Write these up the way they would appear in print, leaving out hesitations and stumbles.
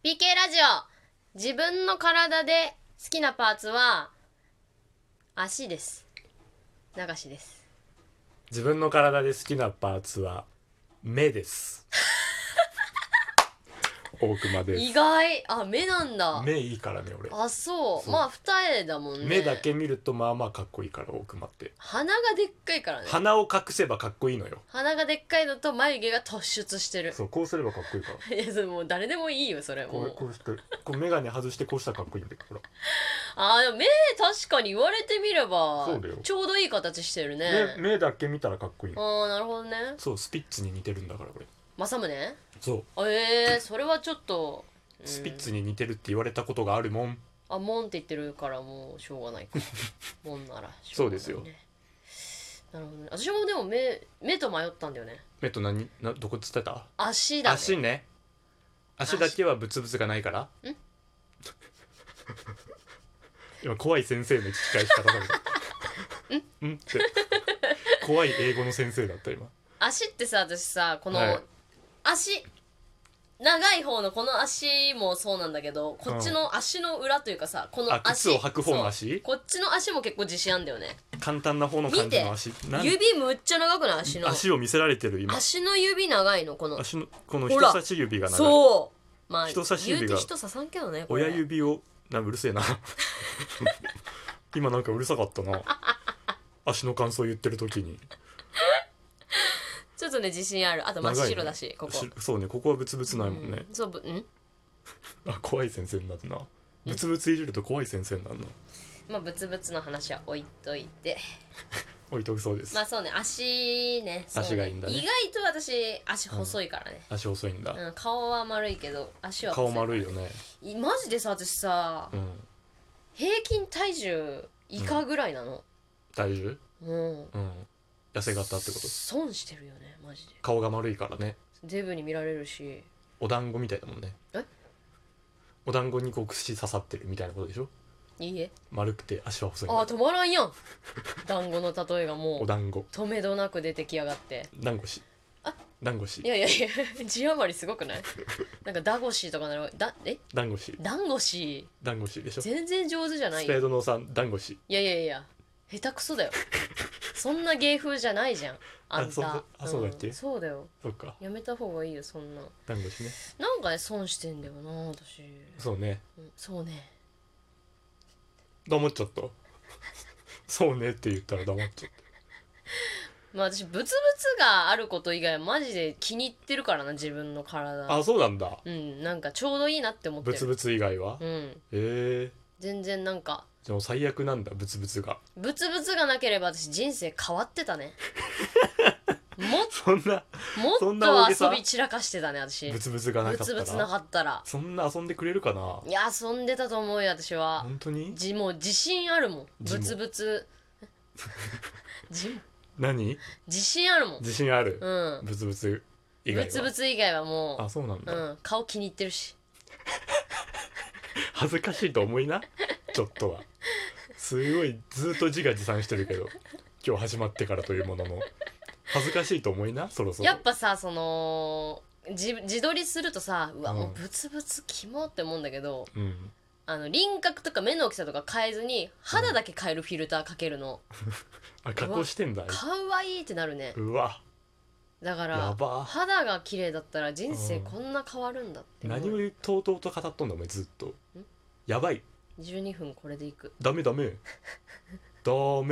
PK ラジオ。自分の体で好きなパーツは足です。流しです。 自分の体で好きなパーツは目です大熊です。 意外。目なんだ。 目いいからね俺。 そう。 そうまあ二重だもんね。 目だけ見るとまあまあかっこいいから大熊って。 鼻がでっかいからね。 鼻を隠せばかっこいいのよ。 鼻がでっかいのと眉毛が突出してる。 そう、こうすればかっこいいから。 いや、それもう誰でもいいよそれ。もうこうしてこう眼鏡外してこうしたらかっこいいんだよほら。 でも目確かに言われてみればそうだよ。 ちょうどいい形してるね。 目だけ見たらかっこいい。 なるほどね。 そう、スピッツに似てるんだからこれ。 政宗。 そう、 それはちょっと、 スピッツに似てるって言われたことがあるもん。 モンって言ってるからもうしょうがないか。モンならしょうがない、ね、 そうですよ。 なるほどね。私もでも目と迷ったんだよね。 目とどこつってた？ 足だね。 足ね。足だけはブツブツがないから。今怖い先生の聞き返し方だけどんって怖い英語の先生だった今。 足ってさ、私さ、この、 はい、 足長い方のこの足もそうなんだけど、こっちの足の裏というかさ、この足、 靴を履く方の足、 こっちの足も結構自信あんだよね。 簡単な方の感じの足。 指むっちゃ長くない？ 足を見せられてる今。 足の指長いの。この人差し指が長い。 そう、まあ人差し指が言うて人刺さんけどね。 親指をうるせえな今なんかうるさかったな足の感想言ってる時に。 ちょっとね自信ある。あと真っ白だし、ね、ここそうね、ここはブツブツないもんね。怖い先生になるな。ブツブツいじると怖い先生になるな。 まあブツブツの話は置いといて置いとくそうです。 まあそうね、足ね。 足がいいんだね。 意外と私足細いからね。 足細いんだ。 顔は丸いけど足は細い。 顔丸いよね。 マジでさ、私さ、平均体重以下ぐらいなの。 体重？痩せ型ってこと？ 損してるよねマジで。 顔が丸いからね。 デブに見られるし。 お団子みたいだもんね。お団子にこう串刺さってるみたいなことでしょ？いいえ、丸くて足は細い。 止まらんやん団子の例えがもうお団子止めどなく出てきやがって。 団子し団子し。 いや字余りすごくない？なんかダゴシとかなら団子し団子し団子しでしょ。 全然上手じゃないよ。 スペードの3団子し。 いや下手くそだよそんな芸風じゃないじゃんあんた。 そうだっけ？ そうだよ。 そっか、 やめた方がいいよそんな。 団子しね。 なんかね損してんだよな私。 そうね、 そうね。 黙っちゃったそうねって言ったら黙っちゃった。 まあ私ブツブツがあること以外はマジで気に入ってるからな自分の体。 そうなんだ。 なんかちょうどいいなって思ってる。 ブツブツ以外は？ 全然なんか。 でも最悪なんだブツブツが。 ブツブツがなければ私人生変わってたねそんなもっと遊び散らかしてたね私。 ブツブツがなかったら。 ブツブツなかったらそんな遊んでくれるかな。 いや遊んでたと思うよ私は。 本当に？ もう自信あるもん。ブツブツ何？ 自信あるもん。 自信ある。ブツブツ以外は。 ブツブツ以外はもう。 そうなんだ。 顔気に入ってるし恥ずかしいと思いなちょっとは。すごいずっと自画自賛してるけど今日始まってからというものの恥ずかしいと思いな。そろそろやっぱさ自撮りするとさ、うわもうブツブツキモって思うんだけど、輪郭とか目の大きさとか変えずに肌だけ変えるフィルターかけるの。 加工してんだ。 かわいいってなるね。 うわだから肌が綺麗だったら人生こんな変わるんだって。 何をとうとうと語っとんだお前ずっと。やばい。 12分これでいく。 ダメダメ何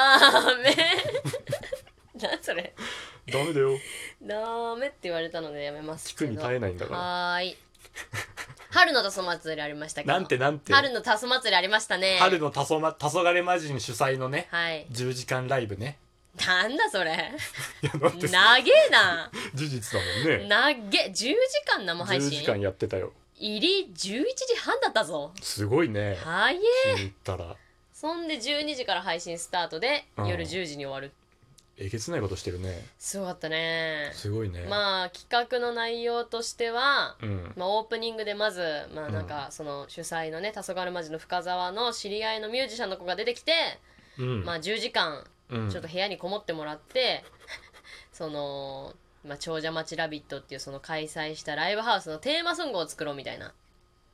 それ。 ダメだよ。 ダメって言われたのでやめますけど。 聞くに耐えないんだから。 はーい。春のたそ祭りありましたけど。 なんて春のたそ祭りありましたね。 春のたそがれ魔人主催のね、10時間ライブね。 なんだそれ長えな事実だもんね。 長え。10時間生配信。 10時間やってたよ。 入り11時半だったぞ。 すごいね。 早え。 気に入ったら。 そんで12時から配信スタートで、夜10時に終わる。 えげつないことしてるね。 すごかったね。 すごいね。 まあ企画の内容としては、オープニングでまずなんかその主催のね黄昏魔人の深澤の知り合いのミュージシャンの子が出てきて、10時間ちょっと部屋にこもってもらってその長者町ラビットっていうその開催したライブハウスのテーマソングを作ろうみたいな。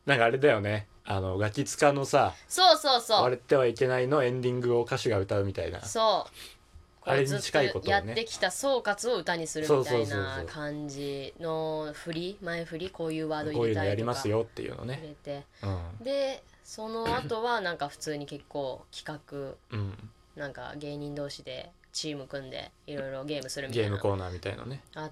なんかあれだよね、ガキ使のさそうそうそう割ってはいけないのエンディングを歌手が歌うみたいな、 そうあれに近いことをねやってきた総括を歌にするみたいそうそうそうなそう感じの前振りこういうワードこういうのやり入れたいとかますよっていうの入ね。 れて、 うんでその後はなんか普通に結構企画うんなんか芸人同士でチーム組んでいろいろゲームするみたゲいなームコーナーみたいなね。 あって、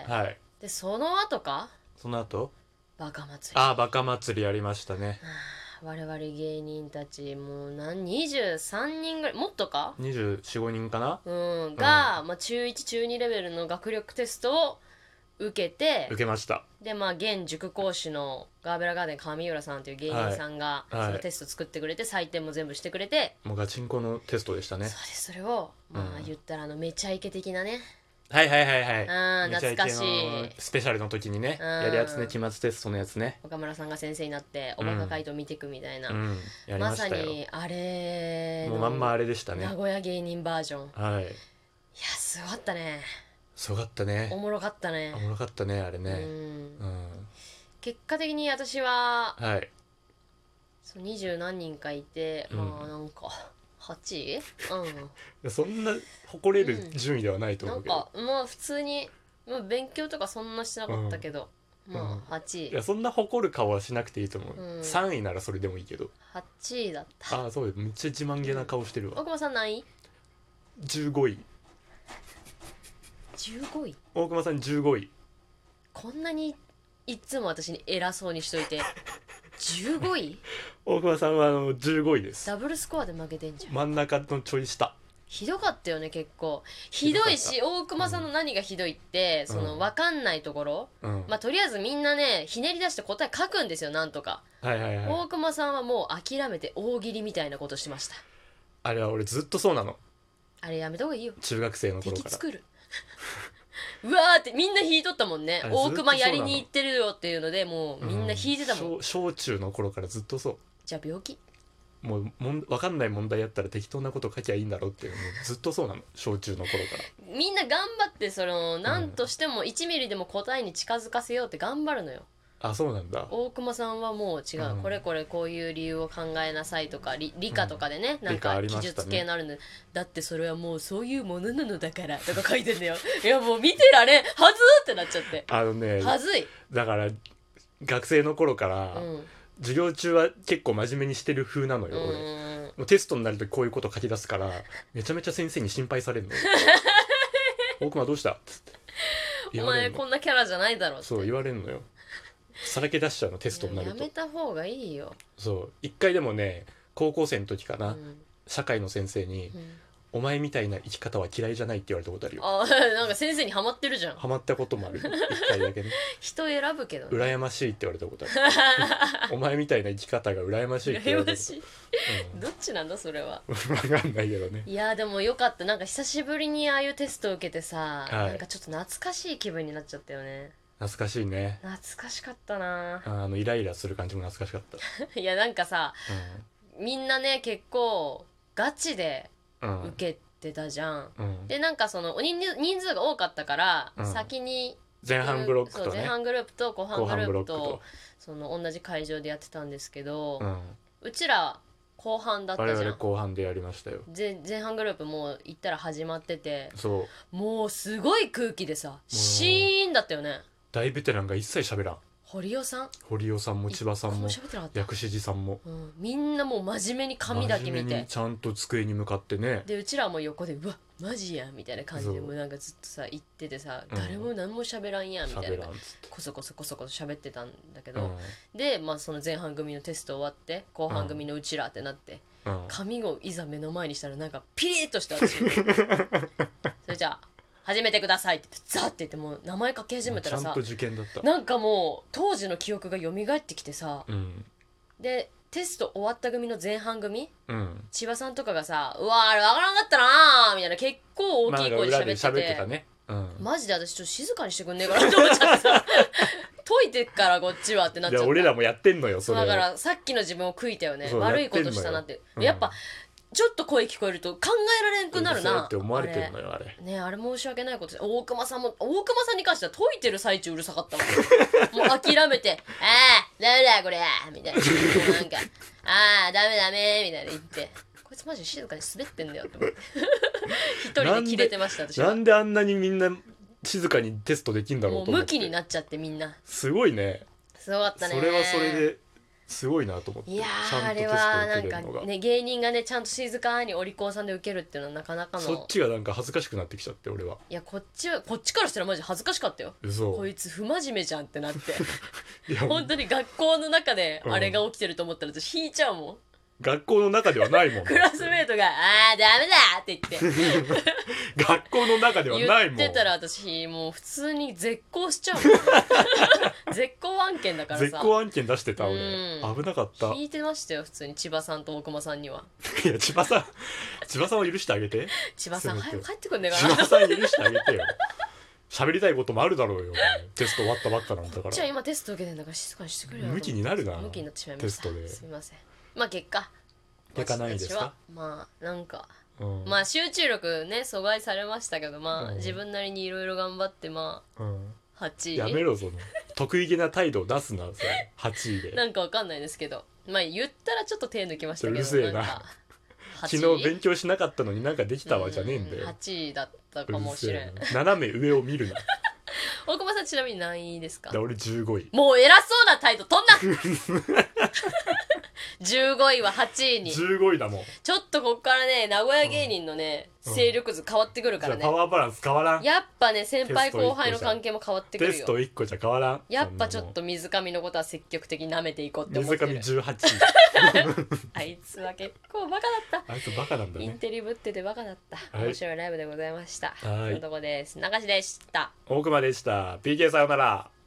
はい。 でその後かその後バカ祭りバカ祭りやりましたね。 我々芸人たちもう23人ぐらいもっとか 24、5人かな。 が、まあ、中1中2レベルの学力テストを受けて受けました。 でまあ現塾講師のガーベラガーデン上浦さんという芸人さんがはいそのテスト作ってくれて採点も全部してくれて、 もうガチンコのテストでしたね。 そうですそれをまあ言ったらめちゃイケ的なねはいはいはいはい。 懐かしいめちゃイケのスペシャルの時にね、やるやつね、期末テストのやつね。 岡村さんが先生になっておバカ回答見てくみたいな、 やりまさましたよ。 にあれのもうまんまあれでしたね。 名古屋芸人バージョン、 はい。 いやすごかったね、 すごかったね。 おもろかったね、 おもろかったねあれね。 結果的に私ははい。 そう20何人かいて、まあなんか8位そんな誇れる順位ではないとなん思うけど。 かまあ普通に、まあ、勉強とかそんなしてなかったけど、まあ8位、 いやそんな誇る顔はしなくていいと思う。3位ならそれでもいいけど。 8位だった。 そうよ、めっちゃ自慢げな顔してるわ。 大久保さん何位 15位。 15位大熊さん15位。 こんなにいつも私に偉そうにしといて15位大熊さんは15位です。 ダブルスコアで負けてんじゃん。 真ん中のちょい下。 ひどかったよね結構ひどいし、大熊さんの何がひどいって、その分かんないところ、まあとりあえずみんなねひねり出して答え書くんですよなんとか、大熊さんはもう諦めて大喜利みたいなことしました。 あれは俺ずっとそうなの。 あれやめた方がいいよ、 中学生の頃から敵作るうわーってみんな引いとったもんね。大熊やりに行ってるよっていうのでもうみんな引いてたもん、 小中の頃からずっとそう。 じゃあ病気もう分かんない問題やったら適当なこと書きゃいいんだろうっていう、もうずっとそうなの小中の頃から。 みんな頑張ってその何としても1ミリでも答えに近づかせようって頑張るのよ。 そうなんだ。 大熊さんはもう違う、これこういう理由を考えなさいとか理科とかでね、なんか記述系のあるんで、だってそれはもうそういうものなのだからとか書いてんだよいやもう見てられんはずーってなっちゃって、はずい。 だから学生の頃から、授業中は結構真面目にしてる風なのよ俺。テストになるとこういうこと書き出すからめちゃめちゃ先生に心配されるのよ大熊どうしたっつってお前こんなキャラじゃないだろってそう言われるのよ。さらけ出しちゃうのテストになると。 やめた方がいいよ。 そう一回でもね高校生の時かな、社会の先生に、お前みたいな生き方は嫌いじゃないって言われたことあるよ。 なんか先生にハマってるじゃん。 ハマったこともある一回だけね人選ぶけど、ね、 羨ましいって言われたことあるお前みたいな生き方が羨ましいって言われたこと。 羨ましい、どっちなんだそれは分かんないけどね。 いやでもよかった。なんか久しぶりにああいうテストを受けてさ、なんかちょっと懐かしい気分になっちゃったよね。 懐かしいね。 懐かしかったな。 イライラする感じも懐かしかったいやなんかさ、みんなね結構ガチで受けてたじゃん、でなんかその人数が多かったから、先に前半ブロックとね、 前半グループと後半グループとその同じ会場でやってたんですけど、うちら後半だったじゃん。 我々後半でやりましたよ。 前半グループもう行ったら始まってて、 そうもうすごい空気でさシーンだったよね。 大ベテランが一切喋らん。 堀尾さんも千葉さんも薬師寺さんも、 みんなもう真面目に紙だけ見て真面目にちゃんと机に向かってね。 でうちらも横でうわマジやんみたいな感じでもうなんかずっとさ言っててさ、誰も何も喋らんやんみたいな、こそこそ喋ってたんだけど、でまあその前半組のテスト終わって後半組のうちらってなって、紙をいざ目の前にしたらなんかピリッとした私それじゃあ始めてくださいってザッて言ってもう名前書き始めたらさ、 ちゃんと受験だった。 なんかもう当時の記憶が蘇ってきてさ、でテスト終わった組の前半組、千葉さんとかがさうわあれ分からんかったなーみたいな結構大きい声で喋ってて、 たね、 マジで私ちょっと静かにしてくんねえかなって思っちゃってさ解いてっからこっちはってなっちゃった。 俺らもやってんのよそれ。 だからさっきの自分を悔いたよね。悪いことしたなって、やっぱちょっと声聞こえると考えられんくなるなって思われてるのよあれね。あれ申し訳ないことです。大熊さんに関しては解いてる最中うるさかったもんもう諦めてダメだこれみたいな、もうなんかダメダメみたいな言って、こいつマジ静かに滑ってんだよって思って一人でキレてました私は。 なんであんなにみんな静かにテストできんだろうと思って、 もうムキになっちゃってみんな。 すごいね。 すごかったね。 それはそれですごいなと思って。 いやあれはなんかね、芸人がねちゃんと静かにお利口さんで受けるっていうのはなかなかの。 そっちがなんか恥ずかしくなってきちゃって、俺は。 いやこっちからしたらマジ恥ずかしかったよ。 嘘。 こいつ不真面目じゃんってなっていや本当に学校の中であれが起きてると思ったら私引いちゃうもん。 学校の中ではないもんクラスメートがダメだって言って学校の中ではないもん。 言ってたら私もう普通に絶交しちゃうもん絶交案件だからさ。 絶交案件出してた俺、危なかった。 聞いてましたよ普通に千葉さんと大熊さんには。 いや千葉さんは許してあげて。 千葉さん早く帰ってくんねえかな。 千葉さん許してあげてよ。喋りたいこともあるだろうよ。テスト終わったばっかなんだから。こっちは今テスト受けてんだから静かにしてくれよ。 ムキになるな。 ムキになってしまいました。 テストで。 すみません。まあ結果ないですか。 まあなんか、まあ集中力ね阻害されましたけど、まあ自分なりにいろいろ頑張ってまあ8位。 やめろその得意げな態度を出すなそれ8位で。 なんかわかんないですけど、まあ言ったらちょっと手抜きましたけど、 うるせえな。昨日勉強しなかったのになんかできたわじゃねえんだよ。 8位だったかもしれん。 斜め上を見るな。 大久保さんちなみに何位ですか。 俺15位。 もう偉そうな態度取んな15位は8位に。 15位だもん。 ちょっとこっからね名古屋芸人のね、勢力図変わってくるからね。 パワーバランス変わらん。 やっぱね先輩後輩の関係も変わってくるよ。 テスト1個じゃ変わらん。 やっぱちょっと水上のことは積極的に舐めていこうって思ってる。 水上18位あいつは結構バカだった。 あいつバカなんだね。 インテリぶっててバカだった。面白いライブでございました。 はい。 そのとこです。流しでした。 大熊でした。PK さよなら。